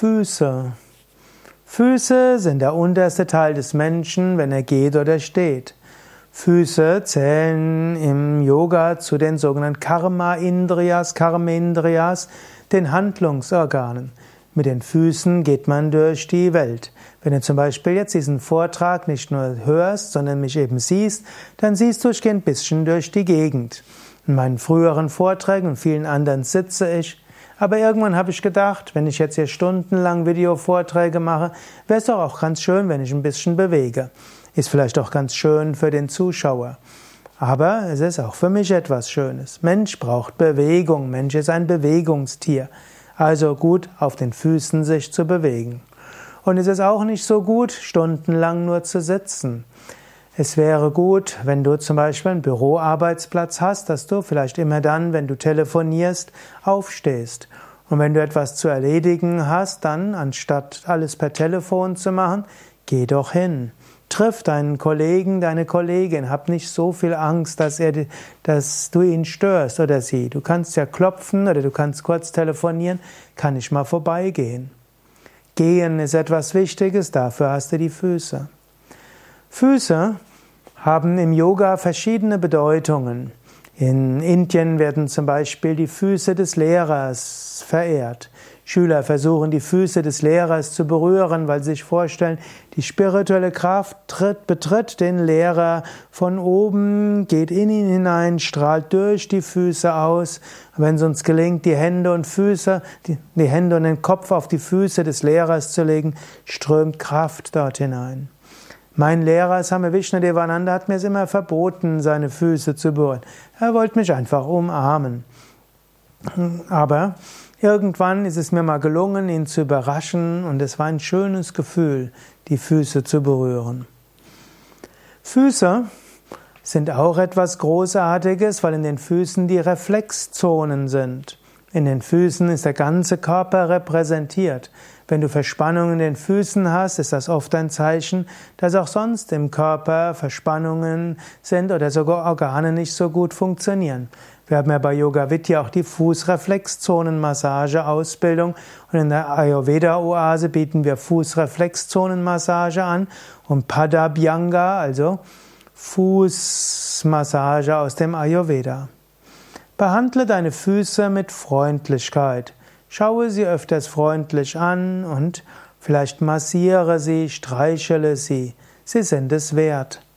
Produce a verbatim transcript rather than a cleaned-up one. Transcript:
Füße. Füße sind der unterste Teil des Menschen, wenn er geht oder steht. Füße zählen im Yoga zu den sogenannten Karma-Indriyas, Karmendriyas, den Handlungsorganen. Mit den Füßen geht man durch die Welt. Wenn du zum Beispiel jetzt diesen Vortrag nicht nur hörst, sondern mich eben siehst, dann siehst du, ich gehe ein bisschen durch die Gegend. In meinen früheren Vorträgen und vielen anderen sitze ich. Aber irgendwann habe ich gedacht, wenn ich jetzt hier stundenlang Videovorträge mache, wäre es doch auch ganz schön, wenn ich ein bisschen bewege. Ist vielleicht auch ganz schön für den Zuschauer. Aber es ist auch für mich etwas Schönes. Mensch braucht Bewegung. Mensch ist ein Bewegungstier. Also gut, auf den Füßen sich zu bewegen. Und es ist auch nicht so gut, stundenlang nur zu sitzen. Es wäre gut, wenn du zum Beispiel einen Büroarbeitsplatz hast, dass du vielleicht immer dann, wenn du telefonierst, aufstehst. Und wenn du etwas zu erledigen hast, dann, anstatt alles per Telefon zu machen, geh doch hin. Triff deinen Kollegen, deine Kollegin. Hab nicht so viel Angst, dass, er, dass du ihn störst oder sie. Du kannst ja klopfen oder du kannst kurz telefonieren. Kann ich mal vorbeigehen? Gehen ist etwas Wichtiges, dafür hast du die Füße. Füße haben im Yoga verschiedene Bedeutungen. In Indien werden zum Beispiel die Füße des Lehrers verehrt. Schüler versuchen, die Füße des Lehrers zu berühren, weil sie sich vorstellen, die spirituelle Kraft tritt, betritt den Lehrer von oben, geht in ihn hinein, strahlt durch die Füße aus. Wenn es uns gelingt, die Hände und Füße, die, die Hände und den Kopf auf die Füße des Lehrers zu legen, strömt Kraft dort hinein. Mein Lehrer, Swami Vishnadevananda, hat mir es immer verboten, seine Füße zu berühren. Er wollte mich einfach umarmen. Aber irgendwann ist es mir mal gelungen, ihn zu überraschen, und es war ein schönes Gefühl, die Füße zu berühren. Füße sind auch etwas Großartiges, weil in den Füßen die Reflexzonen sind. In den Füßen ist der ganze Körper repräsentiert. Wenn du Verspannungen in den Füßen hast, ist das oft ein Zeichen, dass auch sonst im Körper Verspannungen sind oder sogar Organe nicht so gut funktionieren. Wir haben ja bei Yoga Vidya auch die Fußreflexzonenmassage-Ausbildung, und in der Ayurveda-Oase bieten wir Fußreflexzonenmassage an und Padabhyanga, also Fußmassage aus dem Ayurveda. Behandle deine Füße mit Freundlichkeit. Schaue sie öfters freundlich an und vielleicht massiere sie, streichele sie. Sie sind es wert.